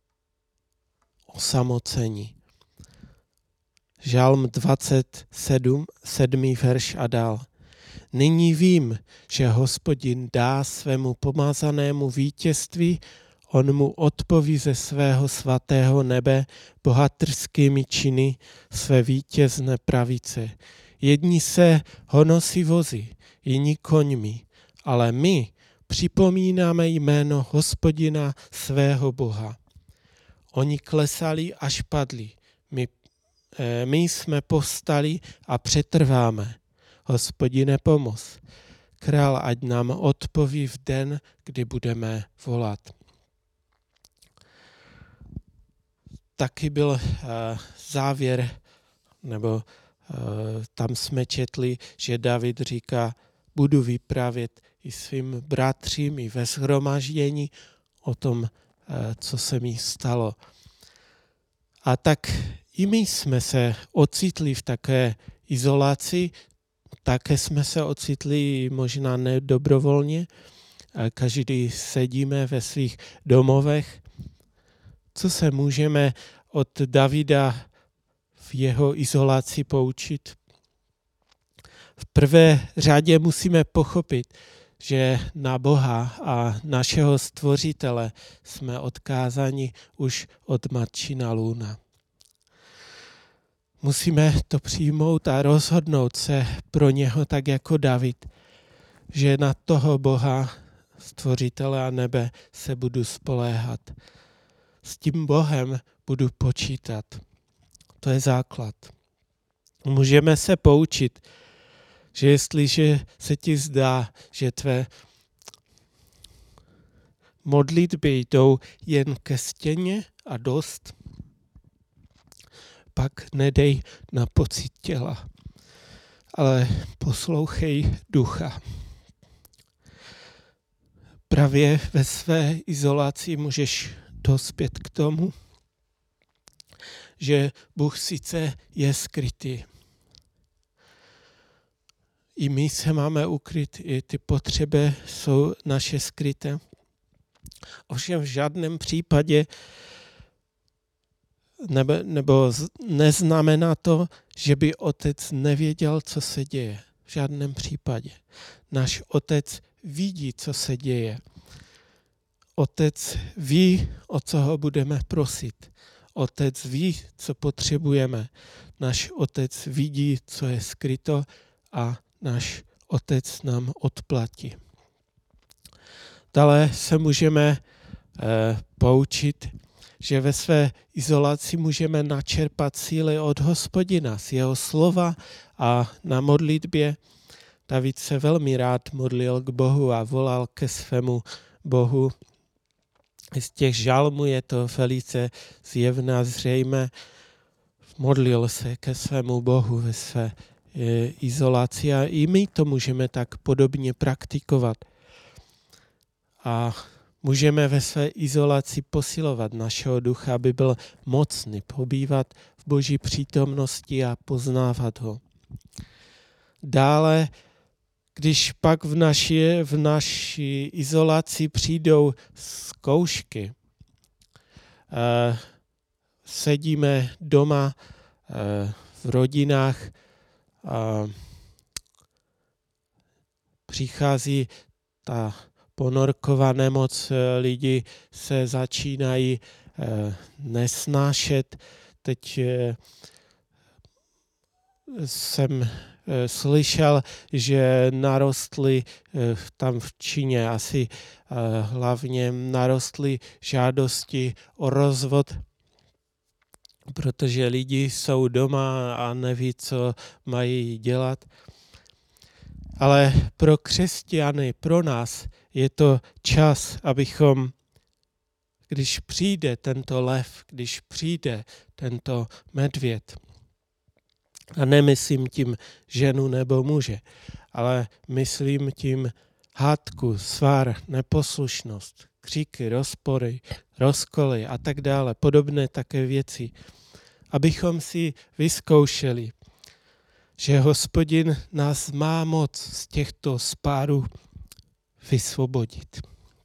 osamocení? Žalm dvacet sedm, sedmý verš a dál. Nyní vím, že Hospodin dá svému pomazanému vítězství, on mu odpoví ze svého svatého nebe bohatrskými činy své vítězné pravice. Jedni se honosí vozy, jiní koňmi, ale my připomínáme jméno Hospodina svého Boha. Oni klesali až padli, my, eh, my jsme povstali a přetrváme. Hospodine, pomoz. Král, ať nám odpoví v den, kdy budeme volat. Taky byl uh, závěr, nebo uh, tam jsme četli, že David říká, budu vyprávět i svým bratřím, i ve shromaždění o tom, uh, co se mi stalo. A tak i my jsme se ocitli v také izolaci, také jsme se ocitli možná nedobrovolně, každý sedíme ve svých domovech. Co se můžeme od Davida v jeho izolaci poučit? V prvé řadě musíme pochopit, že na Boha a našeho stvořitele jsme odkázáni už od matčina lůna. Musíme to přijmout a rozhodnout se pro něho tak jako David, že na toho Boha, stvořitele a nebe, se budu spoléhat. S tím Bohem budu počítat. To je základ. Můžeme se poučit, že jestliže se ti zdá, že tvé modlitby jdou jen ke stěně a dost, pak nedej na pocit těla, ale poslouchej ducha. Právě ve své izolaci můžeš dospět k tomu, že Bůh sice je skrytý. I my se máme ukryt, i ty potřeby jsou naše skryté. Ovšem v žádném případě nebo, nebo neznamená to, že by otec nevěděl, co se děje. V žádném případě. Náš otec vidí, co se děje. Otec ví, o co ho budeme prosit. Otec ví, co potřebujeme. Náš otec vidí, co je skryto a náš otec nám odplatí. Dále se můžeme eh, poučit, že ve své izolaci můžeme načerpat síly od Hospodina, z jeho slova a na modlitbě. David se velmi rád modlil k Bohu a volal ke svému Bohu. Z těch žalmů je to velice zjevné a zřejmé. Modlil se ke svému Bohu ve své e, izolaci a i my to můžeme tak podobně praktikovat. A můžeme ve své izolaci posilovat našeho ducha, aby byl mocný, pobývat v Boží přítomnosti a poznávat ho. Dále, když pak v naší, v naší izolaci přijdou zkoušky, sedíme doma v rodinách a přichází ta ponorková nemoc, lidi se začínají nesnášet. Teď jsem slyšel, že narostly tam v Číně asi hlavně narostly žádosti o rozvod, protože lidi jsou doma a neví, co mají dělat. Ale pro křesťany, pro nás je to čas, abychom, když přijde tento lev, když přijde tento medvěd, a nemyslím tím ženu nebo muže, ale myslím tím hádku, svar, neposlušnost, kříky, rozpory, rozkoly a tak dále, podobné také věci, abychom si vyzkoušeli, že Hospodin nás má moc z těchto spárů vysvobodit.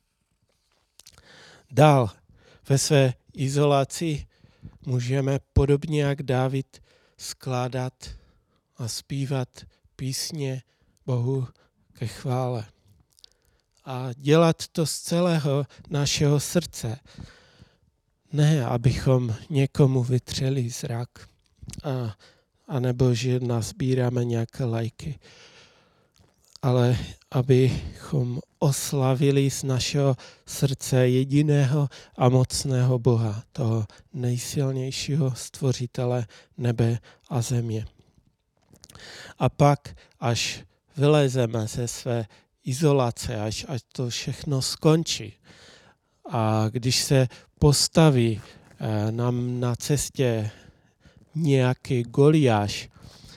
Dál ve své izolaci můžeme podobně jak Dávid skládat a zpívat písně Bohu ke chvále. A dělat to z celého našeho srdce. Ne, abychom někomu vytřeli zrak, a, a nebo že nazbíráme nějaké lajky, ale abychom oslavili z našeho srdce jediného a mocného Boha, toho nejsilnějšího stvořitele nebe a země. A pak, až vylezeme ze své izolace, až, až to všechno skončí, a když se postaví eh, nám na cestě nějaký Goliáš,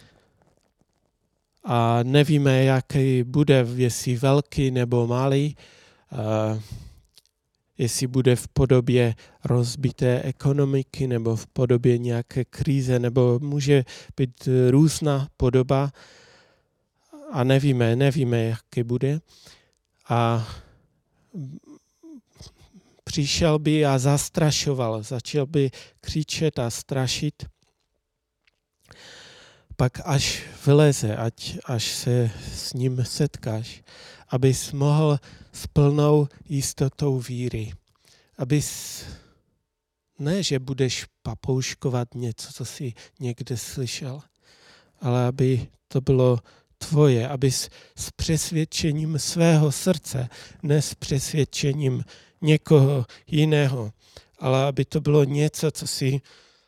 a nevíme, jaký bude, jestli velký nebo malý, uh, jestli bude v podobě rozbité ekonomiky nebo v podobě nějaké krize, nebo může být různá podoba a nevíme, nevíme, jaký bude. A přišel by a zastrašoval, začal by křičet a strašit. Pak až vyleze, ať, až se s ním setkáš, abys mohl s plnou jistotou víry. Abys, ne, že budeš papouškovat něco, co jsi někde slyšel, ale aby to bylo tvoje, abys s přesvědčením svého srdce, ne s přesvědčením někoho jiného, ale aby to bylo něco, co jsi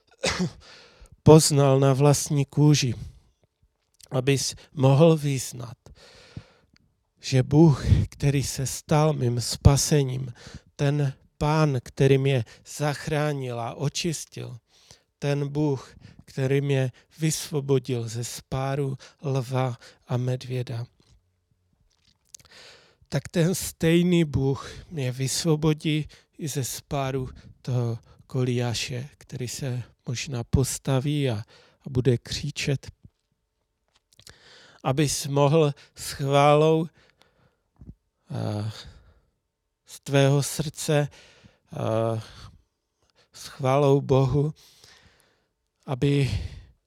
poznal na vlastní kůži, abys mohl vyznat, že Bůh, který se stal mým spasením, ten Pán, který mě zachránil a očistil, ten Bůh, který mě vysvobodil ze spáru lva a medvěda, tak ten stejný Bůh mě vysvobodí i ze spáru toho Goliáše, který se možná postaví a, a bude křičet, abys mohl s chválou a, z tvého srdce, a, s chválou Bohu, aby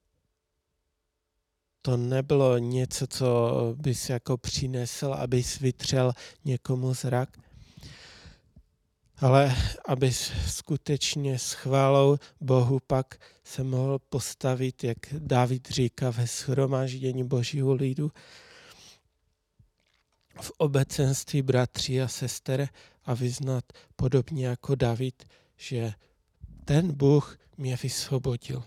to nebylo něco, co bys jako přinesl, abys vytřel někomu zrak, ale abys skutečně s chválou Bohu pak se mohl postavit, jak Dávid říká, ve shromáždění Božího lidu, v obecenství bratří a sester a vyznat podobně jako David, že ten Bůh mě vysvobodil.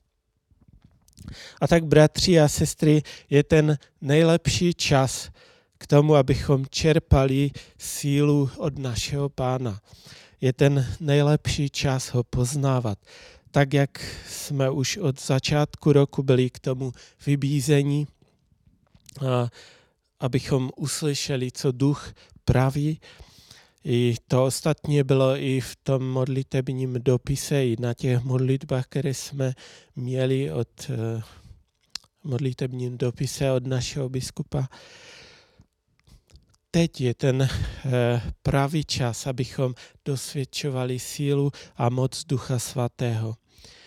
A tak, bratři a sestry, je ten nejlepší čas k tomu, abychom čerpali sílu od našeho Pána. Je ten nejlepší čas ho poznávat. Tak, jak jsme už od začátku roku byli k tomu vybízení, a abychom uslyšeli, co Duch praví. I to ostatně bylo i v tom modlitebním dopise, i na těch modlitbách, které jsme měli od uh, modlitebním dopise od našeho biskupa. Teď je ten uh, pravý čas, abychom dosvědčovali sílu a moc Ducha Svatého.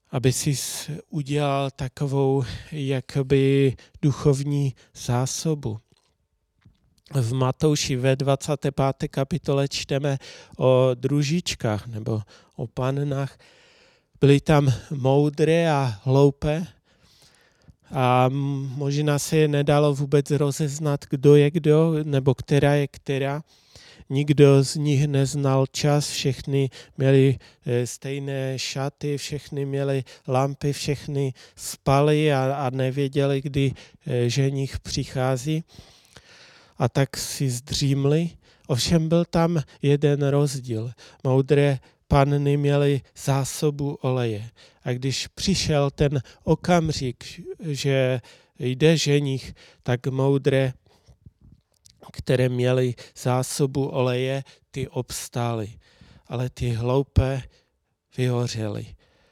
aby si udělal takovou jakoby duchovní zásobu. V Matouši ve dvacáté páté kapitole čteme o družičkách nebo o pannách. Byly tam moudré a hloupé a možná se je nedalo vůbec rozeznat, kdo je kdo nebo která je která. Nikdo z nich neznal čas, všechny měli stejné šaty, všechny měli lampy, všechny spali a, a nevěděli, kdy ženich přichází. A tak si zdřímli. Ovšem byl tam jeden rozdíl. Moudré panny měly zásobu oleje. A když přišel ten okamžik, že jde ženich, tak moudré, které měly zásobu oleje, ty obstály. Ale ty hloupé vyhořely.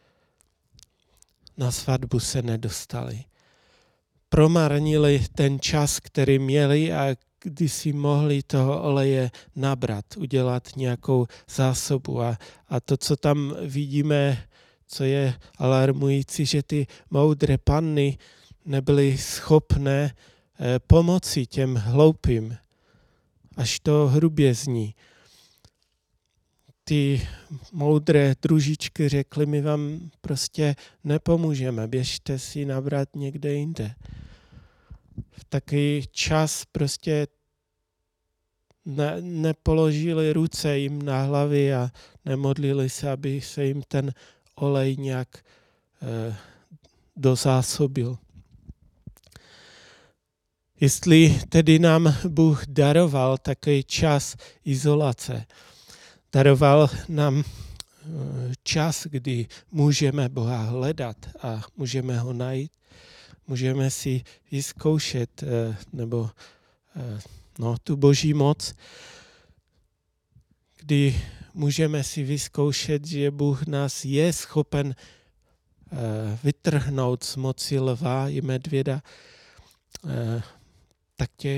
Na svatbu se nedostali. Promarnili ten čas, který měli a kdy si mohli toho oleje nabrat, udělat nějakou zásobu. A, a to, co tam vidíme, co je alarmující, že ty moudré panny nebyly schopné eh, pomoci těm hloupým. Až to hrubě zní. Ty moudré družičky řekly, my vám prostě nepomůžeme, běžte si nabrat někde jinde. V takový čas prostě ne, nepoložili ruce jim na hlavy a nemodlili se, aby se jim ten olej nějak eh, dozásobil. Jestli tedy nám Bůh daroval takový čas izolace, daroval nám čas, kdy můžeme Boha hledat a můžeme ho najít, můžeme si vyzkoušet nebo no, tu Boží moc, kdy můžeme si vyzkoušet, že Bůh nás je schopen vytrhnout z moci lva i medvěda, tak tě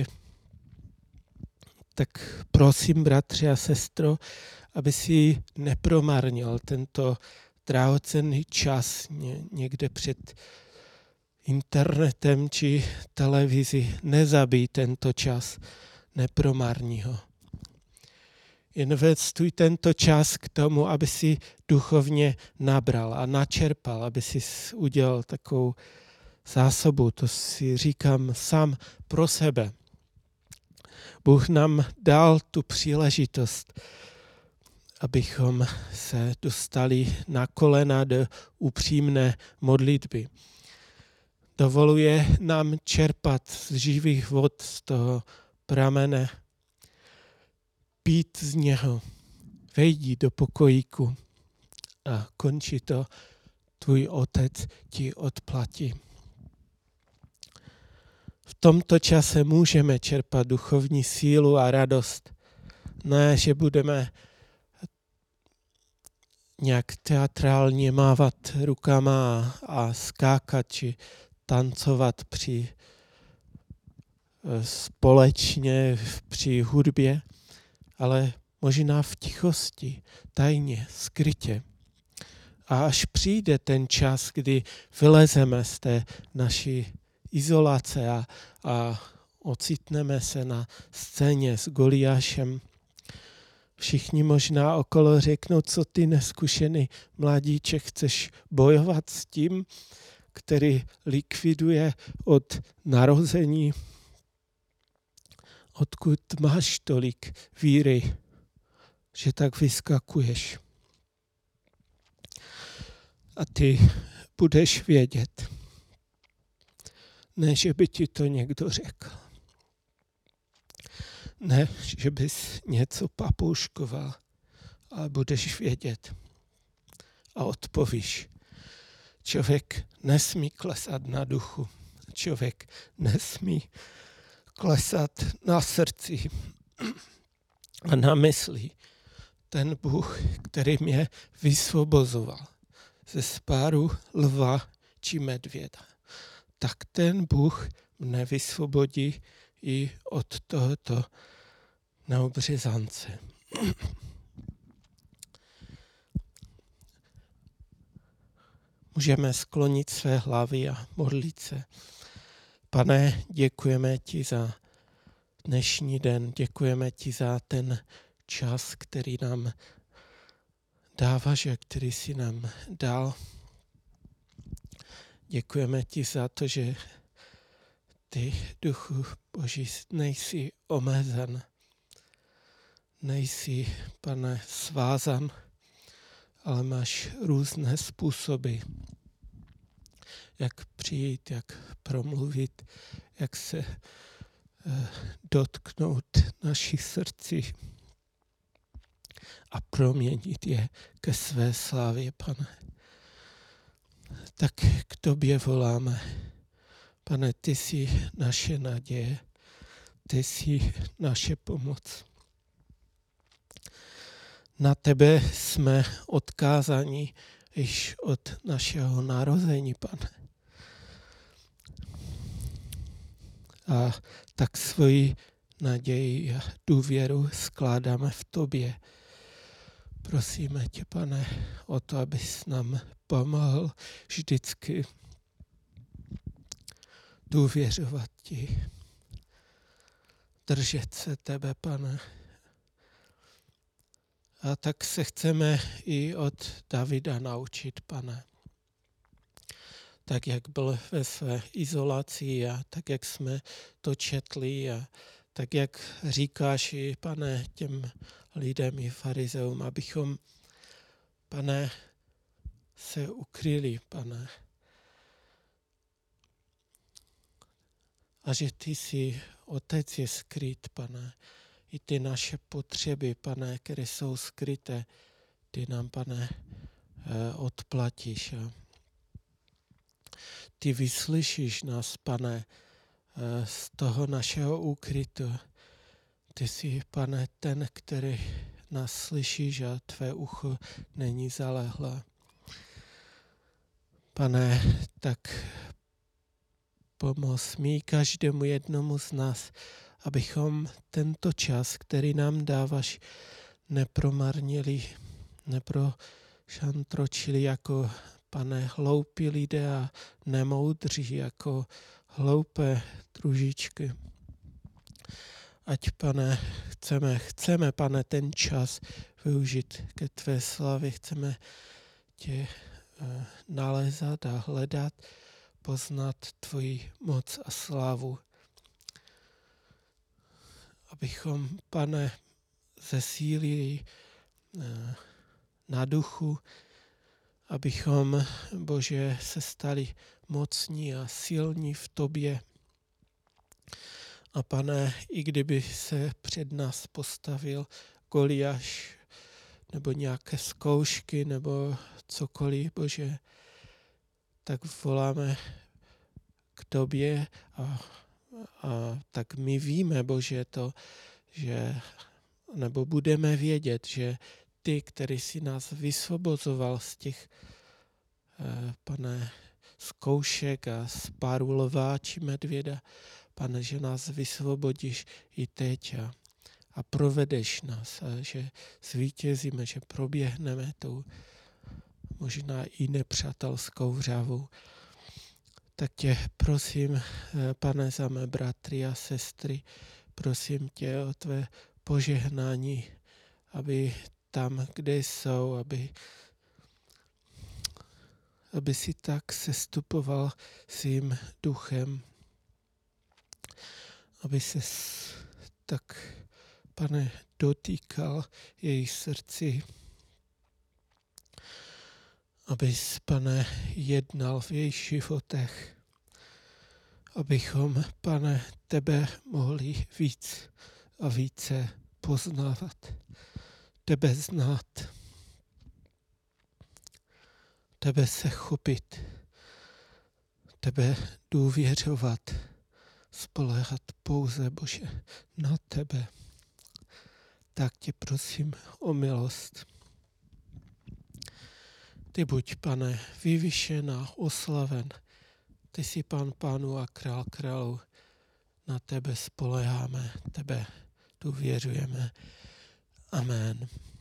tak prosím, bratři a sestro, aby si nepromarnil tento drahocenný čas někde před internetem či televizi. Nezabij tento čas, nepromarni ho. Investuj tento čas k tomu, aby si duchovně nabral a načerpal, aby si udělal takovou zásobu. To si říkám sám pro sebe. Bůh nám dal tu příležitost, abychom se dostali na kolena do upřímné modlitby. Dovoluje nám čerpat z živých vod, z toho pramene, pít z něho, vejdi do pokojíku a končí to, tvůj otec ti odplatí. V tomto čase můžeme čerpat duchovní sílu a radost. Ne, že budeme nějak teatrálně mávat rukama a skákat či tancovat při společně při hudbě, ale možná v tichosti, tajně, skrytě. A až přijde ten čas, kdy vylezeme z té naší izolace a, a ocitneme se na scéně s Goliášem, všichni možná okolo řeknou, co ty neskušený mladíček chceš bojovat s tím, který likviduje od narození. Odkud máš tolik víry, že tak vyskakuješ. A ty budeš vědět, ne, že by ti to někdo řekl. Ne, že bys něco papouškoval, ale budeš vědět a odpovíš. Člověk nesmí klesat na duchu, člověk nesmí klesat na srdci a na mysli. Ten Bůh, který mě vysvobozoval ze spáru lva či medvěda, tak ten Bůh mne vysvobodí i od tohoto neobřezance. můžeme sklonit své hlavy a modlit se. Pane, děkujeme ti za dnešní den, děkujeme ti za ten čas, který nám dáváš a který jsi nám dal. Děkujeme ti za to, že ty, Duchu Boží, nejsi omezen, nejsi, Pane, svázan, ale máš různé způsoby, jak přijít, jak promluvit, jak se eh, dotknout našich srdcí a proměnit je ke své slávě, Pane. Tak k tobě voláme. Pane, ty jsi naše naděje, ty jsi naše pomoc. Na tebe jsme odkázáni již od našeho narození, Pane. A tak svoji naději a důvěru skládáme v tobě. Prosíme tě, Pane, o to, abys nám pomohl vždycky důvěřovat ti, držet se tebe, Pane. A tak se chceme i od Davida naučit, Pane. Tak, jak byl ve své izolaci a tak, jak jsme to četli a tak, jak říkáš i, Pane, těm lidem i farizeům, abychom, Pane, se ukryli, Pane. A že ty jsi, Otec je skryt, Pane. I ty naše potřeby, Pane, které jsou skryté, ty nám, Pane, odplatíš. Ty vyslyšíš nás, Pane, z toho našeho úkrytu. Ty jsi, Pane, ten, který nás slyšíš a tvé ucho není zalehlé. Pane, tak pomoz mi každému jednomu z nás, abychom tento čas, který nám dáváš, nepromarnili, neprošantročili jako, Pane, hloupí lidé a nemoudří, jako hloupé družičky. Ať, Pane, chceme, chceme, Pane, ten čas využít ke tvé slavě, chceme tě uh, nalézat a hledat, poznat tvoji moc a slávu. Abychom, Pane, zesílili uh, na duchu, abychom, Bože, se stali mocní a silní v tobě. A Pane, i kdyby se před nás postavil Goliáš nebo nějaké zkoušky nebo cokoliv, Bože, tak voláme k tobě a, a tak my víme, Bože, to, že, nebo budeme vědět, že ty, který jsi nás vysvobozoval z těch, eh, Pane, zkoušek a z páru lva či medvěda, Pane, že nás vysvobodíš i teď a, a provedeš nás a že zvítězíme, že proběhneme tou možná i nepřátelskou vřavou. Tak tě prosím, Pane, za mé bratry a sestry, prosím tě o tvé požehnání, aby tam, kde jsou, aby, aby si tak sestupoval svým duchem, aby se tak, Pane, dotýkal jejich srdci, abys, Pane, jednal v jejich životech, abychom, Pane, tebe mohli víc a více poznávat, tebe znát, tebe se chopit, tebe důvěřovat, spoléhat pouze, Bože, na tebe. Tak tě prosím o milost. Ty buď, Pane, vyvyšen a oslaven. Ty jsi Pán pánů a král králů. Na tebe spoléháme, tebe důvěřujeme. Amen.